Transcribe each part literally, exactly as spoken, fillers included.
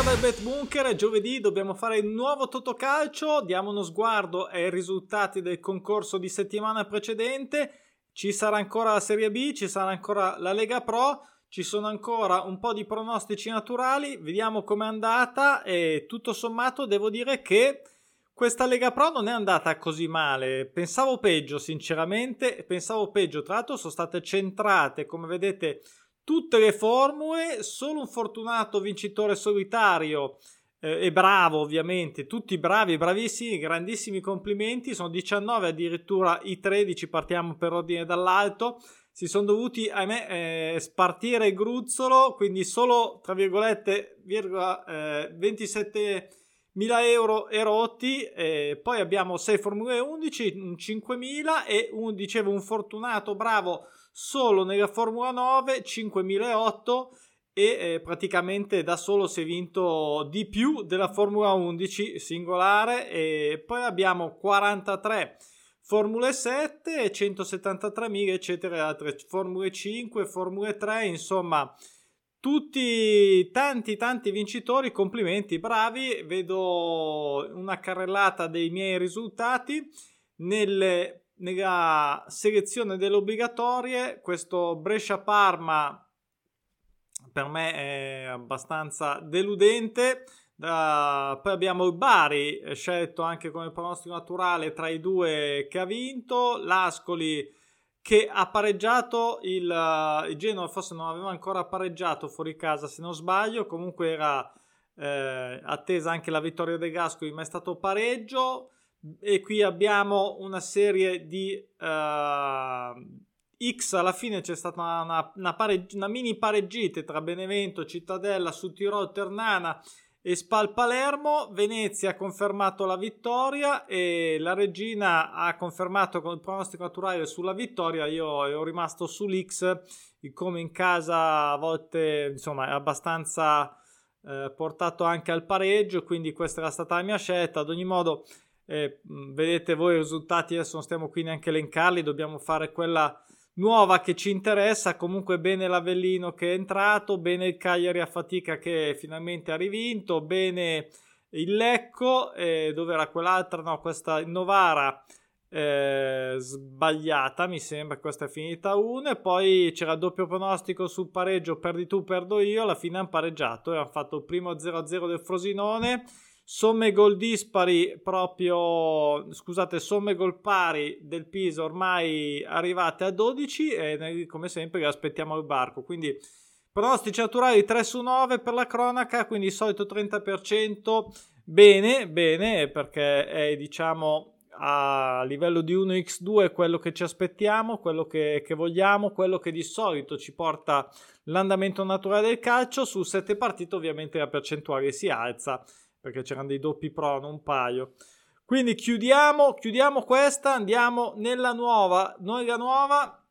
Buonasera dal Bet Bunker, è giovedì, dobbiamo fare il nuovo Totocalcio, diamo uno sguardo ai risultati del concorso di settimana precedente, ci sarà ancora la Serie B, ci sarà ancora la Lega Pro, ci sono ancora un po' di pronostici naturali, vediamo com'è andata e tutto sommato devo dire che questa Lega Pro non è andata così male, pensavo peggio sinceramente, pensavo peggio, tra l'altro sono state centrate come vedete tutte le formule, solo un fortunato vincitore solitario eh, e bravo ovviamente, tutti bravi, bravissimi, grandissimi complimenti, sono diciannove addirittura i tredici, partiamo per ordine dall'alto, si sono dovuti ahimè eh, spartire il gruzzolo, quindi solo tra virgolette virgola, eh, ventisettemila euro erotti, eh, poi abbiamo sei Formule undici, cinquemila e un, dicevo un fortunato bravo solo nella Formula nove, cinquemilaotto e eh, praticamente da solo si è vinto di più della Formula undici singolare, e poi abbiamo quarantatré Formule sette, centosettantatremila eccetera, altre Formule cinque, Formule tre, insomma tutti tanti tanti vincitori, complimenti, bravi, vedo una carrellata dei miei risultati nelle nella selezione delle obbligatorie. Questo Brescia-Parma per me è abbastanza deludente. Uh, poi abbiamo il Bari scelto anche come pronostico naturale tra i due, che ha vinto, l'Ascoli che ha pareggiato, il, uh, il Genoa forse non aveva ancora pareggiato fuori casa se non sbaglio, comunque era eh, attesa anche la vittoria del Ascoli ma è stato pareggio. E qui abbiamo una serie di uh, X, alla fine c'è stata una, una, una, paregg- una mini pareggite tra Benevento, Cittadella, Sudtirolo, Ternana e Spal Palermo. Venezia ha confermato la vittoria e la Regina ha confermato con il pronostico naturale sulla vittoria. Io ero rimasto sull'X, come in casa a volte insomma è abbastanza eh, portato anche al pareggio, quindi questa era stata la mia scelta. Ad ogni modo Eh, vedete voi i risultati, adesso non stiamo qui neanche a elencarli, dobbiamo fare quella nuova che ci interessa. Comunque bene l'Avellino che è entrato, bene il Cagliari a fatica che finalmente ha rivinto, bene il Lecco, eh, dove era quell'altra, no, questa il Novara eh, sbagliata, mi sembra, questa è finita uno, e poi c'era il doppio pronostico sul pareggio, perdi tu perdo io, alla fine hanno pareggiato e hanno fatto il primo zero a zero del Frosinone. Somme gol dispari proprio, scusate, somme gol pari del Pisa ormai arrivate a dodici e noi, come sempre aspettiamo il barco, quindi pronostici naturali tre su nove per la cronaca, quindi il solito trenta per cento, bene, bene, perché è diciamo a livello di uno per due quello che ci aspettiamo, quello che, che vogliamo, quello che di solito ci porta l'andamento naturale del calcio. Su sette partite ovviamente la percentuale si alza, perché c'erano dei doppi pro, non un paio. Quindi chiudiamo, chiudiamo questa, andiamo nella nuova, nella nuova.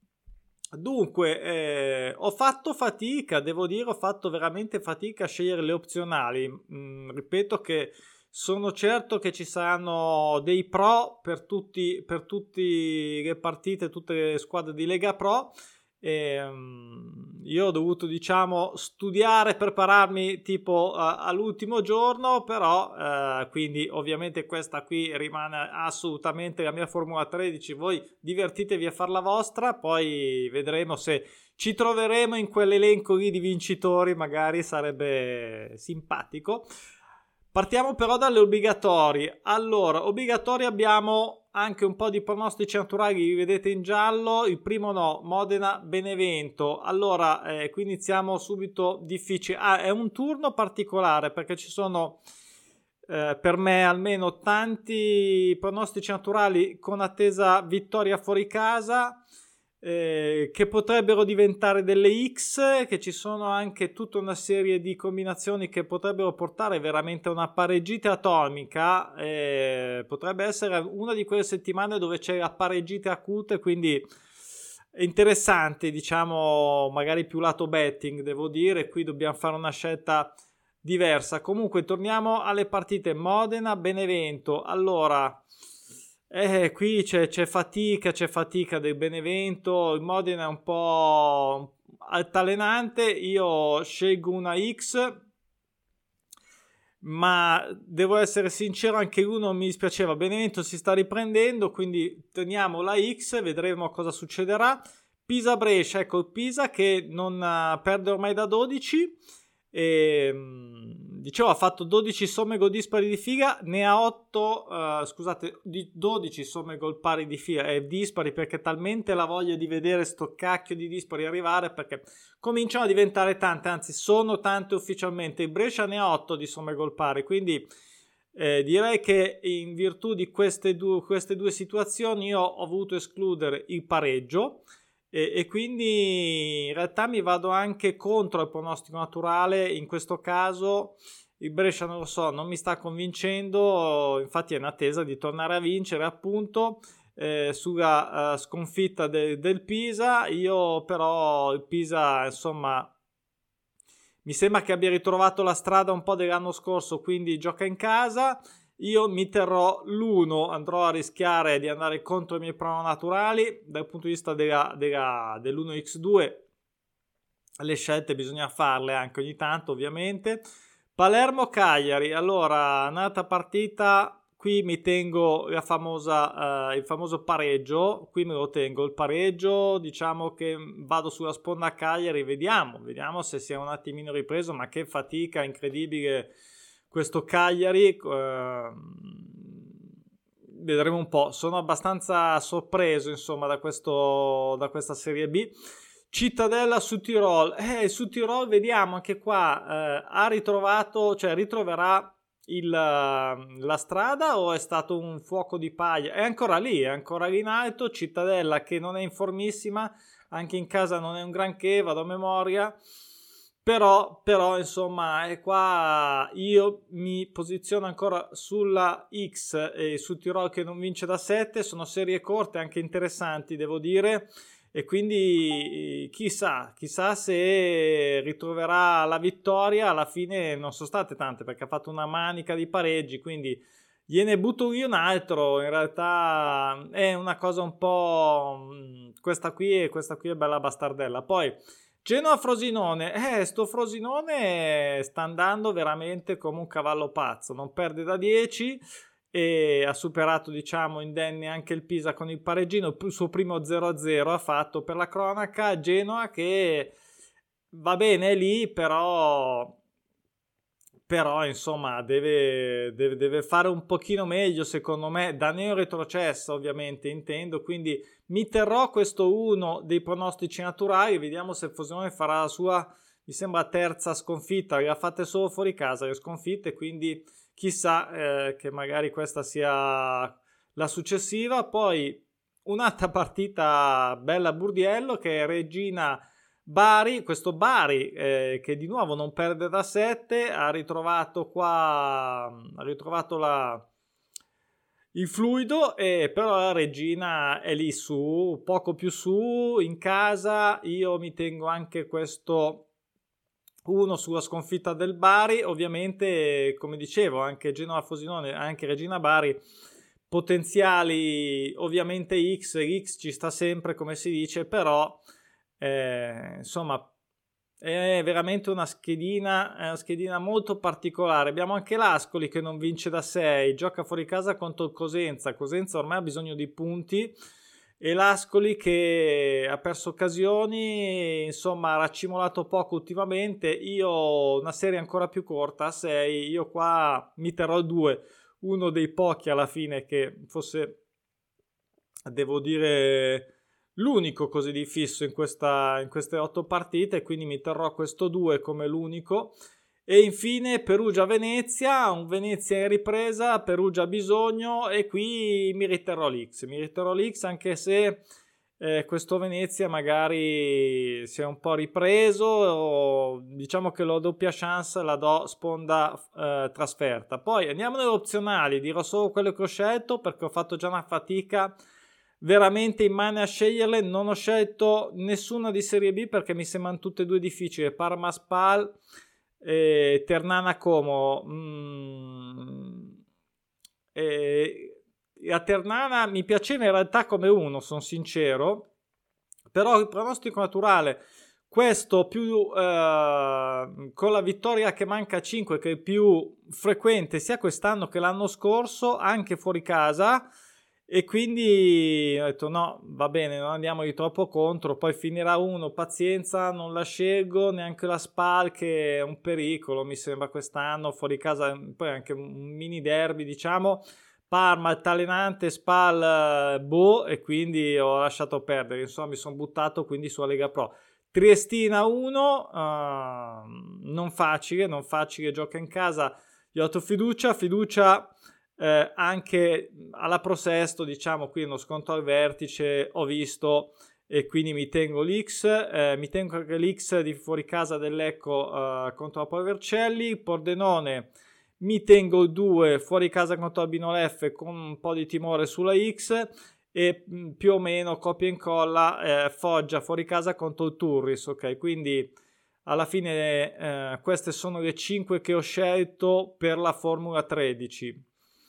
Dunque, eh, ho fatto fatica, devo dire, ho fatto veramente fatica a scegliere le opzionali. Mm, ripeto che sono certo che ci saranno dei pro per tutti, per tutte le partite, tutte le squadre di Lega Pro. E, um, io ho dovuto diciamo studiare, prepararmi tipo uh, all'ultimo giorno, però uh, quindi ovviamente questa qui rimane assolutamente la mia Formula tredici. Voi divertitevi a far la vostra, poi vedremo se ci troveremo in quell'elenco lì di vincitori, magari sarebbe simpatico. Partiamo però dalle obbligatorie. Allora, obbligatorie abbiamo anche un po' di pronostici naturali, li vedete in giallo. Il primo no, Modena Benevento. Allora, eh, qui iniziamo subito difficile. Ah, è un turno particolare perché ci sono eh, per me almeno tanti pronostici naturali con attesa vittoria fuori casa, Eh, che potrebbero diventare delle X, che ci sono anche tutta una serie di combinazioni che potrebbero portare veramente a una pareggita atomica. Eh, potrebbe essere una di quelle settimane dove c'è la pareggita acute, quindi è interessante, diciamo, magari più lato betting, devo dire. Qui dobbiamo fare una scelta diversa. Comunque torniamo alle partite. Modena Benevento. Allora, Eh, qui c'è, c'è fatica, c'è fatica del Benevento, il Modena è un po' altalenante, io scelgo una X ma devo essere sincero, anche l'uno mi dispiaceva. Benevento si sta riprendendo, quindi teniamo la X, vedremo cosa succederà. Pisa-Brescia, ecco il Pisa che non uh, perde ormai da dodici, e, dicevo, ha fatto dodici somme gol dispari di fila, ne ha otto, uh, scusate, di dodici somme gol pari di fila, e dispari perché talmente la voglia di vedere sto cacchio di dispari arrivare, perché cominciano a diventare tante, anzi sono tante ufficialmente. Il Brescia ne ha otto di somme gol pari, quindi eh, direi che in virtù di queste due, queste due situazioni io ho voluto escludere il pareggio. E, e quindi in realtà mi vado anche contro il pronostico naturale. In questo caso il Brescia non lo so, non mi sta convincendo, infatti è in attesa di tornare a vincere appunto eh, sulla uh, sconfitta de- del Pisa. Io però il Pisa insomma mi sembra che abbia ritrovato la strada un po' dell'anno scorso, quindi gioca in casa. Io mi terrò l'uno, andrò a rischiare di andare contro i miei prono naturali. Dal punto di vista della, della, dell'uno per due le scelte bisogna farle anche ogni tanto, ovviamente. Palermo-Cagliari, allora nata partita, qui mi tengo la famosa, uh, il famoso pareggio, qui me lo tengo il pareggio, diciamo che vado sulla sponda Cagliari, vediamo, vediamo se si è un attimino ripreso, ma che fatica incredibile questo Cagliari, eh, vedremo un po'. Sono abbastanza sorpreso insomma da, questo, da questa Serie B. Cittadella su Tirol, eh, su Tirol vediamo anche qua, eh, ha ritrovato, cioè ritroverà il, la strada o è stato un fuoco di paglia? È ancora lì, è ancora lì in alto. Cittadella che non è in formissima, anche in casa non è un granché, vado a memoria. Però, però insomma è qua, io mi posiziono ancora sulla X e su Tirol che non vince da sette. Sono serie corte anche interessanti, devo dire, e quindi chissà chissà se ritroverà la vittoria. Alla fine non sono state tante perché ha fatto una manica di pareggi, quindi gliene butto io un altro. In realtà è una cosa un po' questa qui e questa qui è bella bastardella. Poi Genoa-Frosinone, eh, sto Frosinone sta andando veramente come un cavallo pazzo, non perde da dieci e ha superato, diciamo, indenni anche il Pisa con il pareggino. Il suo primo zero a zero ha fatto, per la cronaca. Genoa che va bene lì, però però insomma deve, deve, deve fare un pochino meglio, secondo me, da neo retrocessa ovviamente intendo, quindi mi terrò questo uno dei pronostici naturali. Vediamo se Frosinone farà la sua, mi sembra, terza sconfitta, le ha fatte solo fuori casa le sconfitte, quindi chissà eh, che magari questa sia la successiva. Poi un'altra partita bella a Burdiello che è Regina Bari, questo Bari eh, che di nuovo non perde da sette, ha ritrovato qua, ha ritrovato la, il fluido, e però la Regina è lì su, poco più su, in casa. Io mi tengo anche questo uno sulla sconfitta del Bari, ovviamente come dicevo anche Genoa Frosinone, anche Regina Bari, potenziali ovviamente X, X ci sta sempre come si dice, però Eh, insomma è veramente una schedina, è una schedina molto particolare. Abbiamo anche l'Ascoli che non vince da sei, gioca fuori casa contro il Cosenza. Cosenza ormai ha bisogno di punti, e l'Ascoli che ha perso occasioni, insomma ha raccimolato poco ultimamente. Io una serie ancora più corta a sei, io qua mi terrò due, uno dei pochi alla fine che fosse, devo dire, l'unico così di fisso in, questa, in queste otto partite, quindi mi terrò questo due come l'unico. E infine Perugia-Venezia, un Venezia in ripresa, Perugia ha bisogno, e qui mi riterrò l'X, mi riterrò l'X anche se eh, questo Venezia magari si è un po' ripreso, o, diciamo che lo doppia chance la do sponda eh, trasferta. Poi andiamo nelle opzionali, dirò solo quello che ho scelto perché ho fatto già una fatica veramente immane a sceglierle. Non ho scelto nessuna di Serie B perché mi sembrano tutte e due difficili. Parma Spal e Ternana Como. Mm. E a Ternana mi piaceva in realtà come uno, sono sincero, però il pronostico naturale questo più eh, con la vittoria che manca cinque, che è più frequente sia quest'anno che l'anno scorso, anche fuori casa, e quindi ho detto no, va bene, non andiamo di troppo contro, poi finirà uno, pazienza, non la scelgo, neanche la Spal, che è un pericolo mi sembra quest'anno, fuori casa, poi anche un mini derby diciamo, Parma altalenante, Spal boh, e quindi ho lasciato perdere, insomma mi sono buttato quindi sulla Lega Pro. Triestina uno, uh, non facile, non facile, gioca in casa, gli ho dato fiducia, fiducia eh, anche alla Pro Sesto, diciamo, qui uno sconto al vertice, ho visto, e quindi mi tengo l'X, eh, mi tengo anche l'X di fuori casa del Lecco uh, contro la Pol Vercelli, Pordenone, mi tengo il due fuori casa contro Albino Leffe con un po' di timore sulla X, e più o meno copia e incolla eh, Foggia fuori casa contro il Turris, ok? Quindi alla fine eh, queste sono le cinque che ho scelto per la Formula tredici.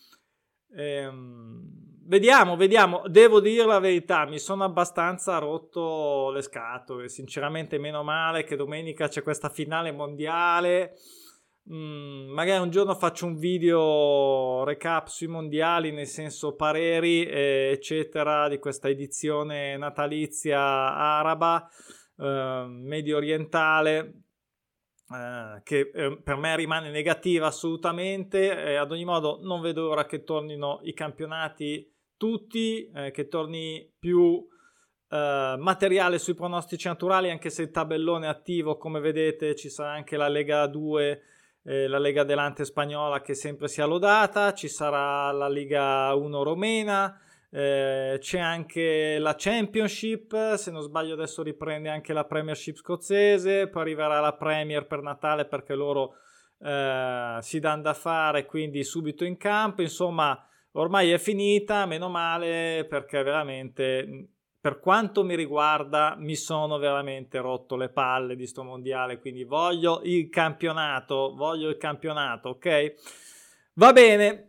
Ehm, vediamo, vediamo, devo dire la verità, mi sono abbastanza rotto le scatole, sinceramente meno male che domenica c'è questa finale mondiale. Mm, magari un giorno faccio un video recap sui mondiali, nel senso pareri eh, eccetera di questa edizione natalizia araba, eh, medio orientale, eh, che eh, per me rimane negativa assolutamente. Eh, ad ogni modo non vedo ora che tornino i campionati tutti, eh, che torni più Uh, materiale sui pronostici naturali, anche se il tabellone è attivo, come vedete ci sarà anche la Lega due, eh, la Lega Delante spagnola che sempre sia lodata, ci sarà la Liga uno romena, eh, c'è anche la Championship, se non sbaglio adesso riprende anche la Premiership scozzese, poi arriverà la Premier per Natale perché loro eh, si danno da fare, quindi subito in campo, insomma ormai è finita, meno male, perché veramente, per quanto mi riguarda, mi sono veramente rotto le palle di sto mondiale, quindi voglio il campionato, voglio il campionato, ok? Va bene,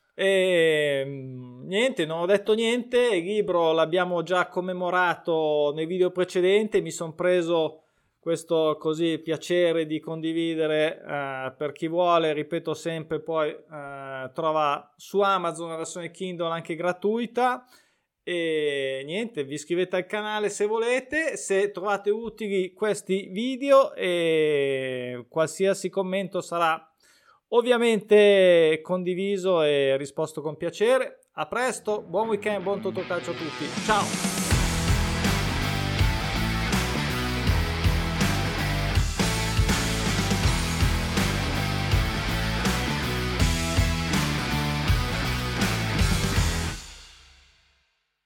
e, niente, non ho detto niente, il libro l'abbiamo già commemorato nei video precedenti, mi sono preso questo così piacere di condividere eh, per chi vuole, ripeto sempre, poi eh, trova su Amazon la versione Kindle anche gratuita. E niente, vi iscrivete al canale se volete, se trovate utili questi video, e qualsiasi commento sarà ovviamente condiviso e risposto con piacere. A presto, buon weekend, buon Totocalcio a tutti, ciao!